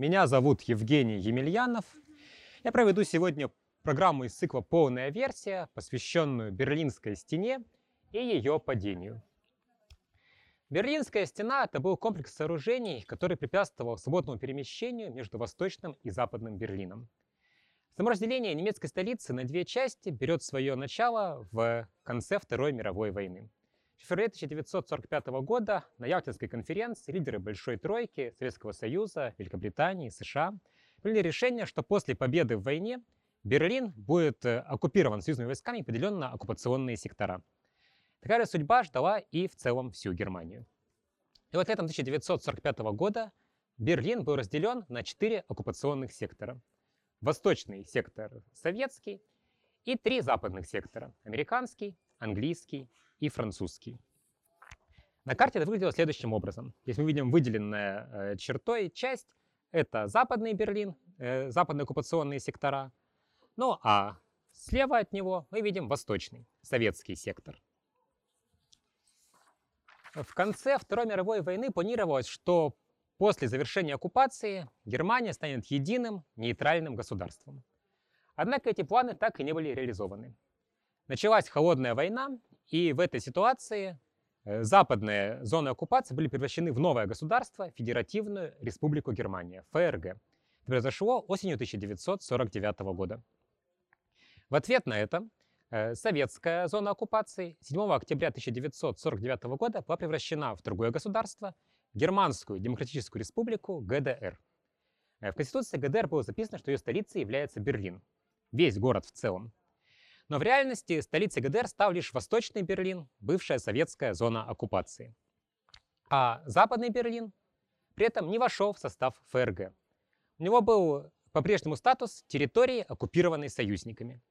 Меня зовут Евгений Емельянов. Я проведу сегодня программу из цикла «Полная версия», посвященную Берлинской стене и ее падению. Берлинская стена — это был комплекс сооружений, который препятствовал свободному перемещению между Восточным и Западным Берлином. Само разделение немецкой столицы на две части берет свое начало в конце Второй мировой войны. В феврале 1945 года на Ялтинской конференции лидеры Большой Тройки, Советского Союза, Великобритании, США приняли решение, что после победы в войне Берлин будет оккупирован союзными войсками и поделен на оккупационные сектора. Такая же судьба ждала и в целом всю Германию. И вот летом 1945 года Берлин был разделен на 4 оккупационных сектора. Восточный сектор советский и 3 западных сектора – американский, английский и французский. На карте это выглядело следующим образом. Здесь мы видим выделенная чертой часть – это Западный Берлин, западные оккупационные сектора. Ну а слева от него мы видим Восточный, советский сектор. В конце Второй мировой войны планировалось, что после завершения оккупации Германия станет единым нейтральным государством. Однако эти планы так и не были реализованы. Началась холодная война, и в этой ситуации западные зоны оккупации были превращены в новое государство, Федеративную Республику Германия, ФРГ. Это произошло осенью 1949 года. В ответ на это советская зона оккупации 7 октября 1949 года была превращена в другое государство, Германскую Демократическую Республику ГДР. В Конституции ГДР было записано, что ее столицей является Берлин, весь город в целом. Но в реальности столицей ГДР стал лишь Восточный Берлин, бывшая советская зона оккупации. А Западный Берлин при этом не вошел в состав ФРГ. У него был по-прежнему статус территории, оккупированной союзниками.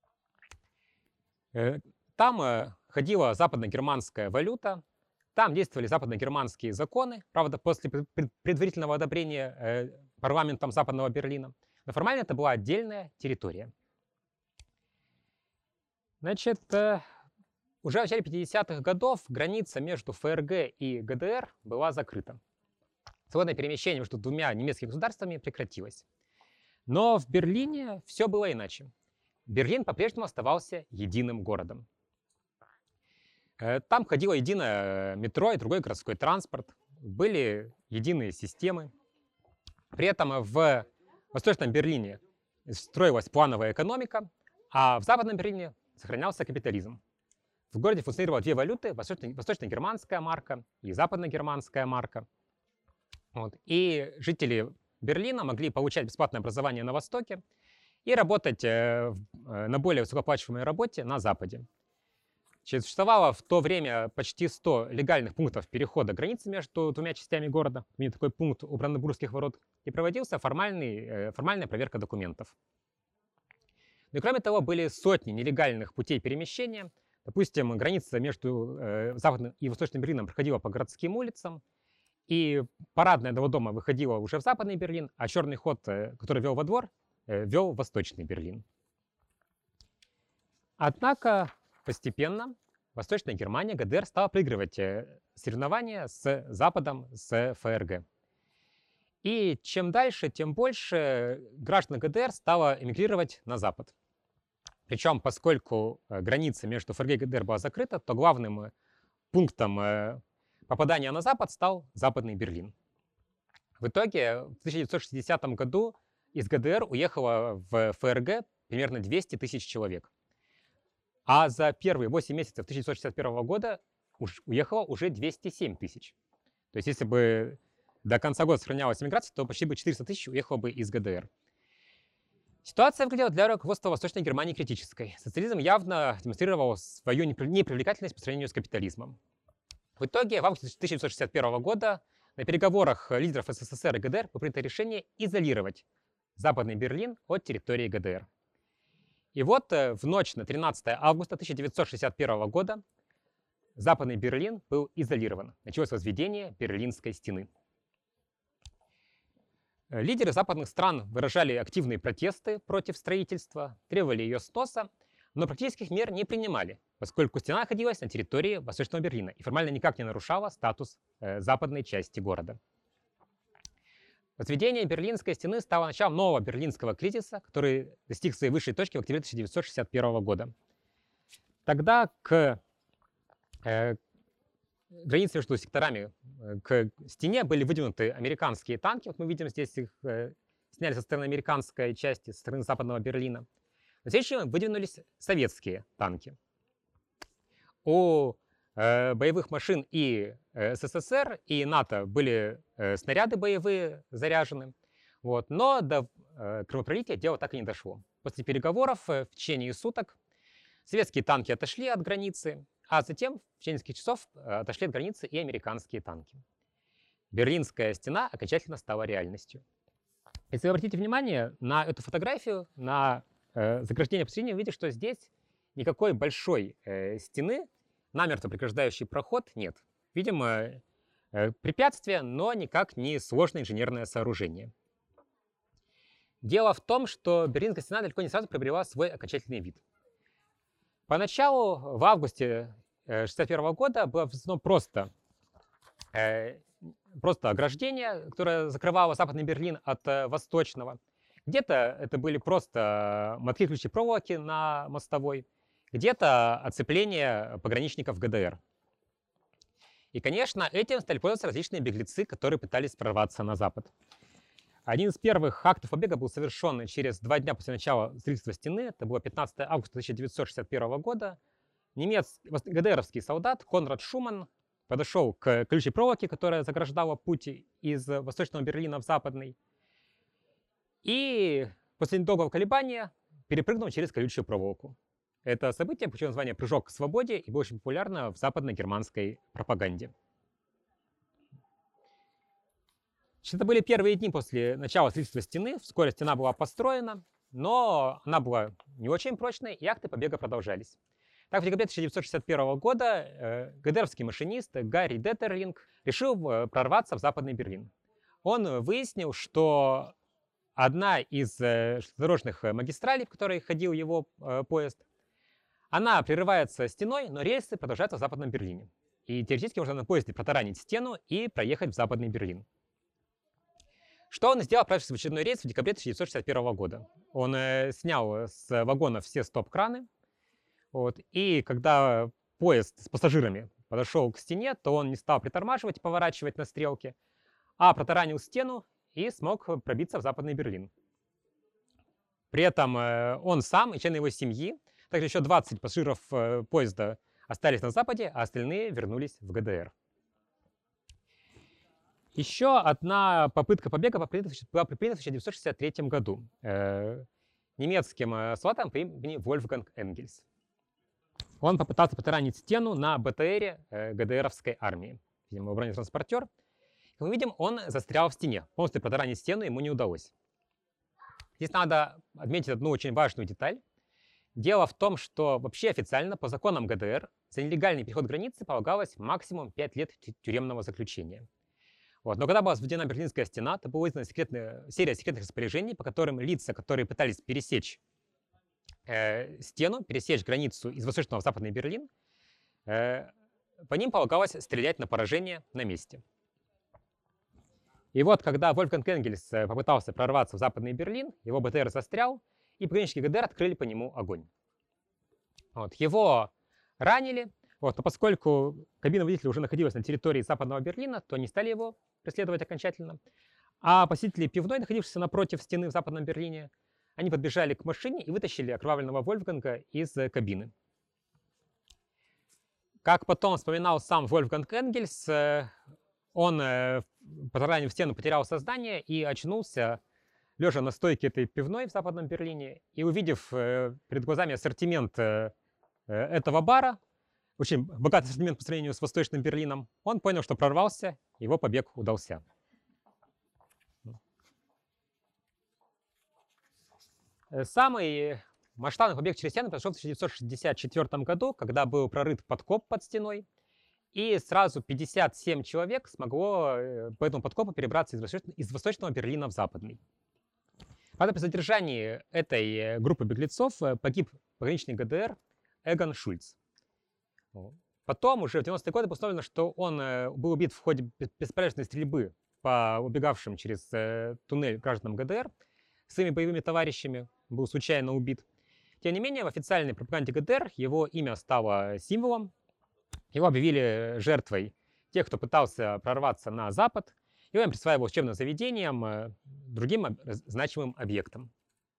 Там ходила западногерманская валюта, там действовали западногерманские законы, правда, после предварительного одобрения парламентом Западного Берлина. Но формально это была отдельная территория. Значит, уже в начале 50-х годов граница между ФРГ и ГДР была закрыта. Свободное перемещение между двумя немецкими государствами прекратилось. Но в Берлине все было иначе. Берлин по-прежнему оставался единым городом. Там ходило единое метро и другой городской транспорт, были единые системы. При этом в Восточном Берлине строилась плановая экономика, а в Западном Берлине сохранялся капитализм. В городе функционировало две валюты: восточно-германская марка и западно-германская марка. Вот. И жители Берлина могли получать бесплатное образование на Востоке и работать на более высокооплачиваемой работе на Западе. Существовало в то время почти 100 легальных пунктов перехода границы между двумя частями города. Именно такой пункт у Бранденбургских ворот. И проводился формальная проверка документов. Ну и кроме того, были сотни нелегальных путей перемещения. Допустим, граница между Западным и Восточным Берлином проходила по городским улицам. И парадная до дома выходила уже в Западный Берлин, а черный ход, который вел во двор, вел в Восточный Берлин. Однако постепенно Восточная Германия, ГДР, стала проигрывать соревнования с Западом, с ФРГ. И чем дальше, тем больше граждан ГДР стало эмигрировать на Запад. Причем, поскольку граница между ФРГ и ГДР была закрыта, то главным пунктом попадания на Запад стал Западный Берлин. В итоге в 1960 году из ГДР уехало в ФРГ примерно 200 тысяч человек. А за первые 8 месяцев 1961 года уехало уже 207 тысяч. То есть если бы до конца года сохранялась эмиграция, то почти бы 400 тысяч уехало бы из ГДР. Ситуация выглядела для руководства Восточной Германии критической. Социализм явно демонстрировал свою непривлекательность по сравнению с капитализмом. В итоге в августе 1961 года на переговорах лидеров СССР и ГДР было принято решение изолировать Западный Берлин от территории ГДР. И вот в ночь на 13 августа 1961 года Западный Берлин был изолирован. Началось возведение Берлинской стены. Лидеры западных стран выражали активные протесты против строительства, требовали ее сноса, но практических мер не принимали, поскольку стена находилась на территории Восточного Берлина и формально никак не нарушала статус западной части города. Возведение Берлинской стены стало началом нового берлинского кризиса, который достиг своей высшей точки в октябре 1961 года. Тогда к границе между секторами, к стене были выдвинуты американские танки. Вот мы видим здесь их сняли со стороны американской части, со стороны западного Берлина. На следующий день выдвинулись советские танки. У боевых машин и СССР, и НАТО были снаряды боевые заряжены. Вот, но до кровопролития дело так и не дошло. После переговоров в течение суток советские танки отошли от границы, а затем в течение нескольких часов отошли от границы и американские танки. Берлинская стена окончательно стала реальностью. Если вы обратите внимание на эту фотографию, на заграждение посередине, вы видите, что здесь никакой большой стены, намертво преграждающей проход, нет. Видимо, препятствие, но никак не сложное инженерное сооружение. Дело в том, что Берлинская стена далеко не сразу приобрела свой окончательный вид. Поначалу, в августе 1961 года, было возведено просто ограждение, которое закрывало западный Берлин от восточного. Где-то это были просто мотки ключей проволоки на мостовой, где-то оцепление пограничников ГДР. И, конечно, этим стали пользоваться различные беглецы, которые пытались прорваться на запад. Один из первых актов побега был совершен через 2 дня после начала строительства стены. Это было 15 августа 1961 года. ГДРовский солдат Конрад Шуман подошел к колючей проволоке, которая заграждала путь из восточного Берлина в западный, и после недолгого колебания перепрыгнул через колючую проволоку. Это событие получило название «Прыжок к свободе» и было очень популярно в западно-германской пропаганде. Это были первые дни после начала строительства стены. Вскоре стена была построена, но она была не очень прочной, и акты побега продолжались. Так, в декабре 1961 года ГДРовский машинист Гарри Детерлинг решил прорваться в западный Берлин. Он выяснил, что одна из железнодорожных магистралей, в которой ходил его поезд, она прерывается стеной, но рельсы продолжаются в западном Берлине. И теоретически можно на поезде протаранить стену и проехать в западный Берлин. Что он сделал, отправившись в очередной рейс в декабре 1961 года? Он снял с вагонов все стоп-краны. Вот, и когда поезд с пассажирами подошел к стене, то он не стал притормаживать и поворачивать на стрелке, а протаранил стену и смог пробиться в западный Берлин. При этом он сам и члены его семьи, также еще 20 пассажиров поезда остались на Западе, а остальные вернулись в ГДР. Еще одна попытка побега была предпринята в 1963 году немецким солдатом по имени Вольфганг Энгельс. Он попытался протаранить стену на БТРе ГДРовской армии. Видимо, бронетранспортер. Как мы видим, он застрял в стене. Полностью протаранить стену ему не удалось. Здесь надо отметить одну очень важную деталь. Дело в том, что вообще официально по законам ГДР за нелегальный переход границы полагалось максимум 5 лет тюремного заключения. Вот. Но когда была возведена Берлинская стена, то была издана серия секретных распоряжений, по которым лица, которые пытались пересечь стену, пересечь границу из восточного в западный Берлин, по ним полагалось стрелять на поражение на месте. И вот, когда Вольфганг Энгельс попытался прорваться в западный Берлин, его БТР застрял, и пограничники ГДР открыли по нему огонь. Вот. Его ранили, вот, но поскольку кабина водителя уже находилась на территории западного Берлина, то не стали его преследовать окончательно. А посетители пивной, находившиеся напротив стены в западном Берлине, они подбежали к машине и вытащили окровавленного Вольфганга из кабины. Как потом вспоминал сам Вольфганг Энгельс, он, протаранив стену, потерял сознание и очнулся, лежа на стойке этой пивной в западном Берлине, и увидев перед глазами ассортимент этого бара, очень богатый ассортимент по сравнению с восточным Берлином, он понял, что прорвался, его побег удался. Самый масштабный побег через стену произошел в 1964 году, когда был прорыт подкоп под стеной, и сразу 57 человек смогло по этому подкопу перебраться из восточного Берлина в западный. Правда, при задержании этой группы беглецов погиб пограничник ГДР Эгон Шульц. Потом, уже в 90-е годы, было установлено, что он был убит в ходе беспорядочной стрельбы по убегавшим через туннель гражданам ГДР своими боевыми товарищами, был случайно убит. Тем не менее, в официальной пропаганде ГДР его имя стало символом. Его объявили жертвой тех, кто пытался прорваться на Запад. Его им присваивал учебным заведениям, другим значимым объектам.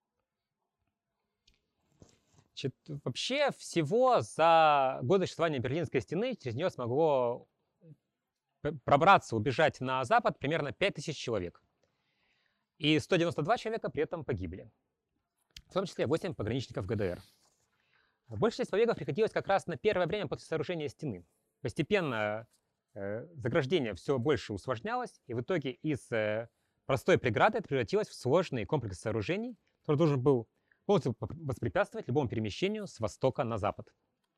Значит, вообще всего за годы существования Берлинской стены через нее смогло пробраться, убежать на Запад примерно 5000 человек. И 192 человека при этом погибли. В том числе 8 пограничников ГДР. Большая часть побегов приходилось как раз на первое время после сооружения стены. Постепенно заграждение все больше усложнялось, и в итоге из простой преграды это превратилось в сложный комплекс сооружений, который должен был полностью воспрепятствовать любому перемещению с востока на запад.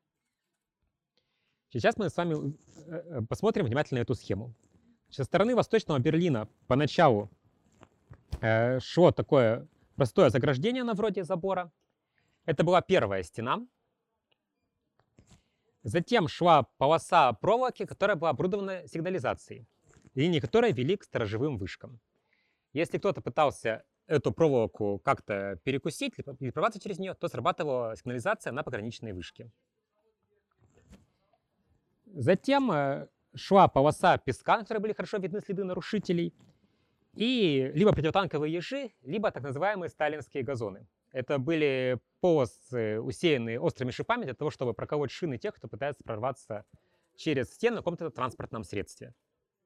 Сейчас мы с вами посмотрим внимательно эту схему. Со стороны восточного Берлина поначалу шло такое простое заграждение на вроде забора. Это была первая стена. Затем шла полоса проволоки, которая была оборудована сигнализацией, линии которой вели к сторожевым вышкам. Если кто-то пытался эту проволоку как-то перекусить или прорваться через нее, то срабатывала сигнализация на пограничной вышке. Затем шла полоса песка, на которой были хорошо видны следы нарушителей, и либо противотанковые ежи, либо так называемые сталинские газоны. Это были полосы, усеянные острыми шипами для того, чтобы проколоть шины тех, кто пытается прорваться через стену на каком-то транспортном средстве.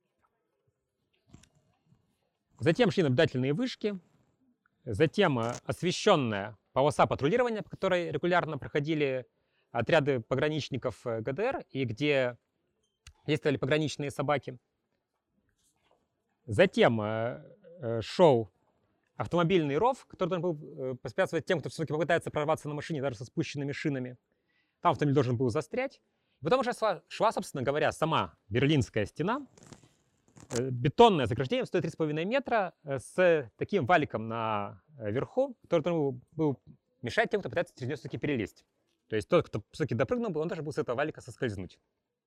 Затем шли наблюдательные вышки, затем освещенная полоса патрулирования, по которой регулярно проходили отряды пограничников ГДР и где действовали пограничные собаки. Затем шел автомобильный ров, который должен был препятствовать тем, кто все-таки попытается прорваться на машине даже со спущенными шинами. Там автомобиль должен был застрять. И потом уже шла, собственно говоря, сама Берлинская стена. Бетонное заграждение в 103,5 метра с таким валиком наверху, который должен был мешать тем, кто пытается через нее все-таки перелезть. То есть тот, кто все-таки допрыгнул, он должен был с этого валика соскользнуть.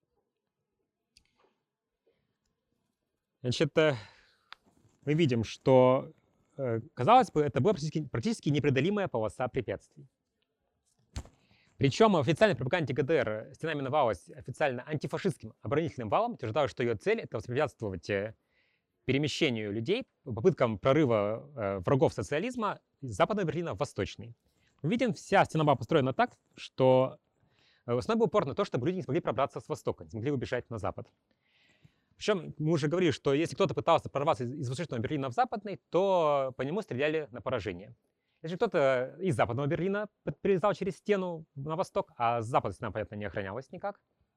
Значит, мы видим, что, казалось бы, это была практически непреодолимая полоса препятствий. Причем в официальной пропаганде ГДР стена именовалась официально антифашистским оборонительным валом, утверждая, что ее цель — это воспрепятствовать перемещению людей, попыткам прорыва врагов социализма из Западного Берлина в Восточный. Мы видим, вся стена была построена так, что основной был упор на то, чтобы люди не смогли пробраться с востока, не смогли убежать на запад. Причем мы уже говорили, что если кто-то пытался прорваться из Восточного Берлина в Западный, то по нему стреляли на поражение. Если кто-то из Западного Берлина перелезал через стену на восток, а с запада стена, понятно, не охранялась никак,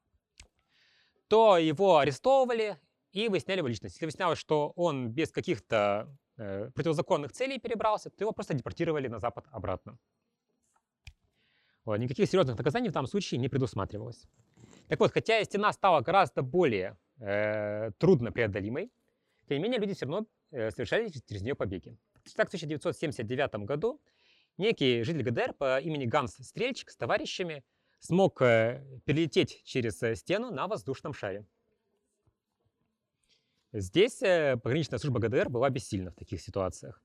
то его арестовывали и выясняли его личность. Если выяснялось, что он без каких-то противозаконных целей перебрался, то его просто депортировали на запад обратно. Вот, никаких серьезных наказаний в данном случае не предусматривалось. Так вот, хотя стена стала гораздо более трудно преодолимой, тем не менее люди все равно совершали через нее побеги. Так, в 1979 году некий житель ГДР по имени Ганс Стрельчик с товарищами смог перелететь через стену на воздушном шаре. Здесь пограничная служба ГДР была бессильна в таких ситуациях.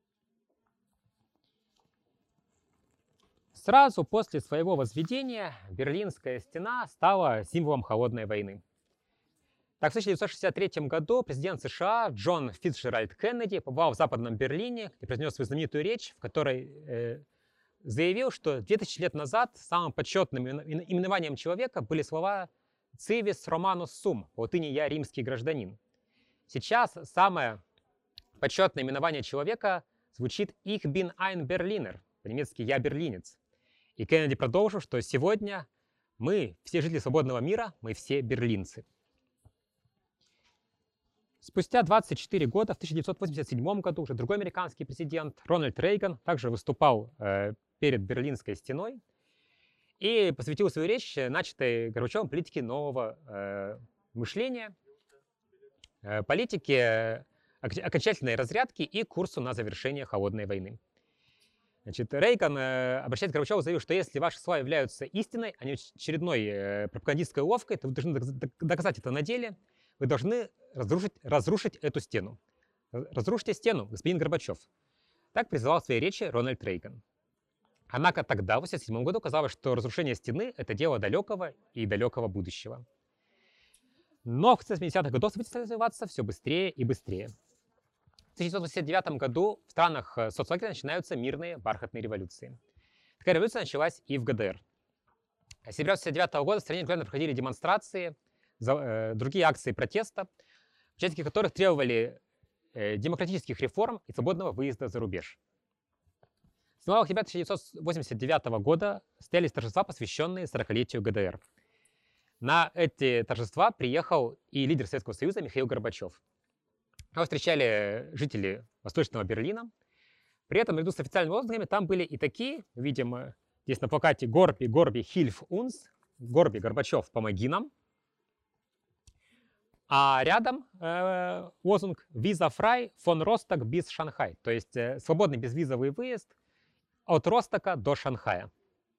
Сразу после своего возведения Берлинская стена стала символом холодной войны. Так, в 1963 году президент США Джон Фицджеральд Кеннеди побывал в Западном Берлине и произнес свою знаменитую речь, в которой заявил, что 2000 лет назад самым почетным именованием человека были слова «civis Romanus sum», по латыни «я римский гражданин». Сейчас самое почетное именование человека звучит «Ich bin ein Berliner», по-немецки «я берлинец». И Кеннеди продолжил, что сегодня мы, все жители свободного мира, мы все берлинцы. Спустя 24 года, в 1987 году, уже другой американский президент Рональд Рейган также выступал перед Берлинской стеной и посвятил свою речь начатой Горбачевым политике нового мышления, политике окончательной разрядки и курсу на завершение холодной войны. Значит, Рейган, обращаясь к Горбачеву, заявил, что если ваши слова являются истиной, а не очередной пропагандистской уловкой, то вы должны доказать это на деле. вы должны разрушить эту стену. Разрушите стену, господин Горбачев. Так призывал в своей речи Рональд Рейган. Однако тогда, в 1987 году, казалось, что разрушение стены – это дело далекого и далекого будущего. Но в конце 70-х годов события стали развиваться все быстрее и быстрее. В 1989 году в странах соцлагеря начинаются мирные бархатные революции. Такая революция началась и в ГДР. С сентября 1969 года в стране регулярно проходили демонстрации, другие акции протеста, участники которых требовали демократических реформ и свободного выезда за рубеж. 7 октября 1989 года состоялись торжества, посвященные 40-летию ГДР. На эти торжества приехал и лидер Советского Союза Михаил Горбачев. Его встречали жители Восточного Берлина. При этом, наряду с официальными лозунгами, там были и такие, видимо, здесь на плакате «Горби, Горби, Хильф унс», «Горби, Горбачев, помоги нам». А рядом лозунг «Виза фрай фон Росток bis Шанхай», то есть свободный безвизовый выезд от Ростока до Шанхая.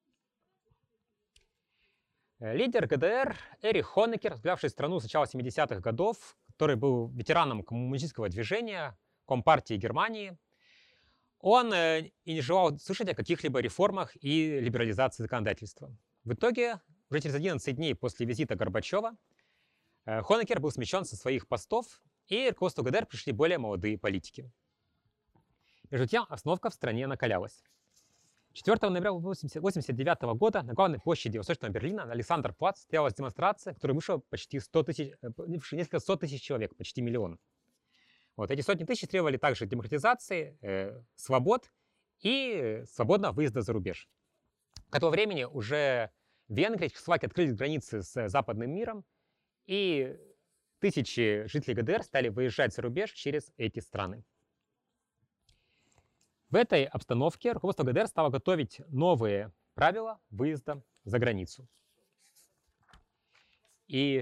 Лидер ГДР Эрих Хонекер, возглавлявший страну с начала 70-х годов, который был ветераном коммунистического движения, Компартии Германии, он и не желал слышать о каких-либо реформах и либерализации законодательства. В итоге, уже через 11 дней после визита Горбачева, Хонекер был смещен со своих постов, и к руководству ГДР пришли более молодые политики. Между тем, обстановка в стране накалялась. 4 ноября 1989 года на главной площади Восточного Берлина, на Александрплац, состоялась демонстрация, в которой вышло почти несколько сот тысяч человек, почти миллион. Вот, эти сотни тысяч требовали также демократизации, свобод и свободного выезда за рубеж. К этому времени уже Венгрия и Чехословакия открыли границы с западным миром, и тысячи жителей ГДР стали выезжать за рубеж через эти страны. В этой обстановке руководство ГДР стало готовить новые правила выезда за границу. И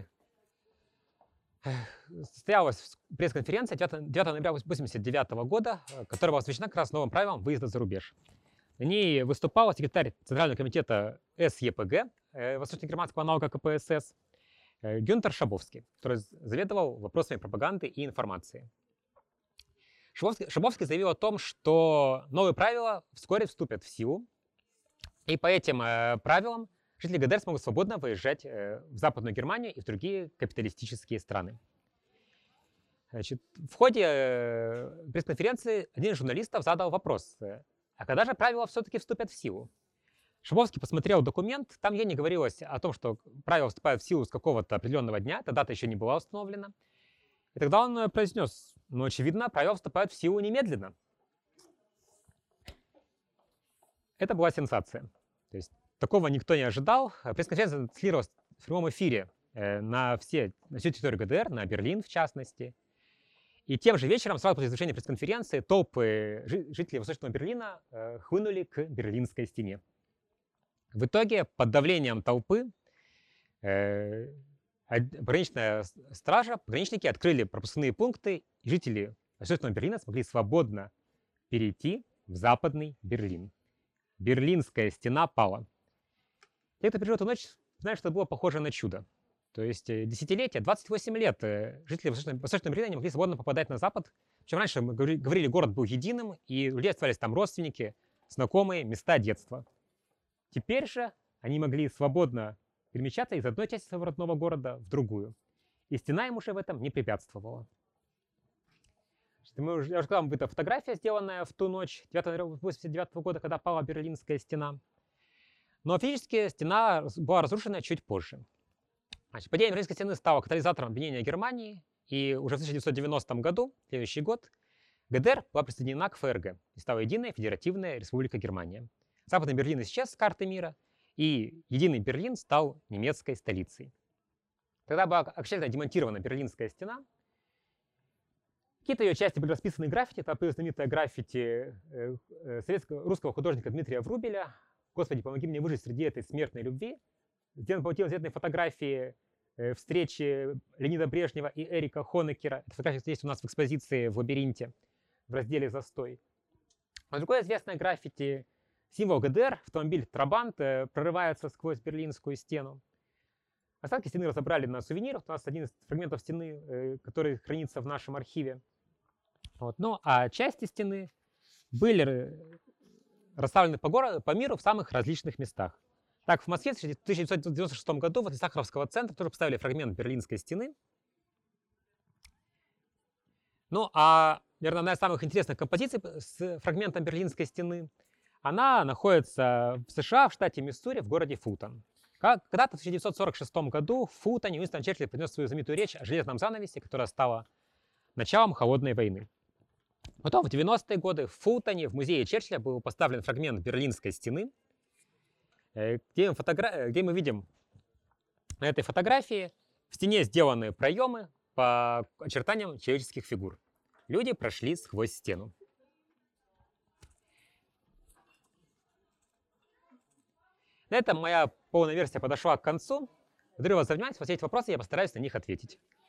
состоялась пресс-конференция 9 ноября 1989 года, которая была посвящена как раз новым правилам выезда за рубеж. На ней выступал секретарь Центрального комитета СЕПГ, восточно-германского аналога КПСС, Гюнтер Шабовский, который заведовал вопросами пропаганды и информации. Шабовский заявил о том, что новые правила вскоре вступят в силу, и по этим правилам жители ГДР смогут свободно выезжать в Западную Германию и в другие капиталистические страны. Значит, в ходе пресс-конференции один из журналистов задал вопрос, а когда же правила все-таки вступят в силу? Шабовский посмотрел документ, там не говорилось о том, что правила вступают в силу с какого-то определенного дня, эта дата еще не была установлена. И тогда он произнес, ну, очевидно, правила вступают в силу немедленно. Это была сенсация. То есть такого никто не ожидал. Пресс-конференция транслировалась в прямом эфире на всю территорию ГДР, на Берлин в частности. И тем же вечером, сразу после завершения пресс-конференции, толпы жителей Восточного Берлина хлынули к Берлинской стене. В итоге, под давлением толпы, пограничная стража, пограничники открыли пропускные пункты, и жители Восточного Берлина смогли свободно перейти в Западный Берлин. Берлинская стена пала. Те, кто пережил эту ночь, знают, что это было похоже на чудо. То есть десятилетия, 28 лет жители Восточного Берлина не могли свободно попадать на Запад. Чем раньше, мы говорили, город был единым, и у людей оставались там родственники, знакомые, места детства. Теперь же они могли свободно перемещаться из одной части своего родного города в другую. И стена им уже в этом не препятствовала. Я уже сказал вам, это фотография, сделанная в ту ночь, 9 ноября 1989 года, когда пала Берлинская стена. Но физически стена была разрушена чуть позже. Значит, падение Берлинской стены стало катализатором объединения Германии, и уже в 1990 году, следующий год, ГДР была присоединена к ФРГ и стала единой федеративная республика Германия. Западный Берлин исчез с карты мира, и единый Берлин стал немецкой столицей. Тогда была окончательно демонтирована Берлинская стена. Какие-то ее части были расписаны граффити. Это было знаменитое граффити русского художника Дмитрия Врубеля «Господи, помоги мне выжить среди этой смертной любви». Сделан по мотивам заветной фотографии встречи Леонида Брежнева и Эрика Хонекера. Эта фотография есть у нас в экспозиции в лабиринте в разделе «Застой». А другое известное граффити — символ ГДР, автомобиль Трабант прорывается сквозь Берлинскую стену. Остатки стены разобрали на сувенир. У нас один из фрагментов стены, который хранится в нашем архиве. Вот. Ну, а части стены были расставлены по миру в самых различных местах. Так, в Москве в 1996 году возле Сахаровского центра тоже поставили фрагмент Берлинской стены. Ну, а, наверное, одна из самых интересных композиций с фрагментом Берлинской стены, она находится в США, в штате Миссури, в городе Фултон. Когда-то в 1946 году в Фултоне Уинстон Черчилль принес свою знаменитую речь о железном занавесе, которая стала началом Холодной войны. Потом в 90-е годы в Фултоне, в музее Черчилля, был поставлен фрагмент Берлинской стены, где мы видим на этой фотографии в стене сделаны проемы по очертаниям человеческих фигур. Люди прошли сквозь стену. На этом моя полная версия подошла к концу. Благодарю вас за внимание. Если у вас есть вопросы, я постараюсь на них ответить.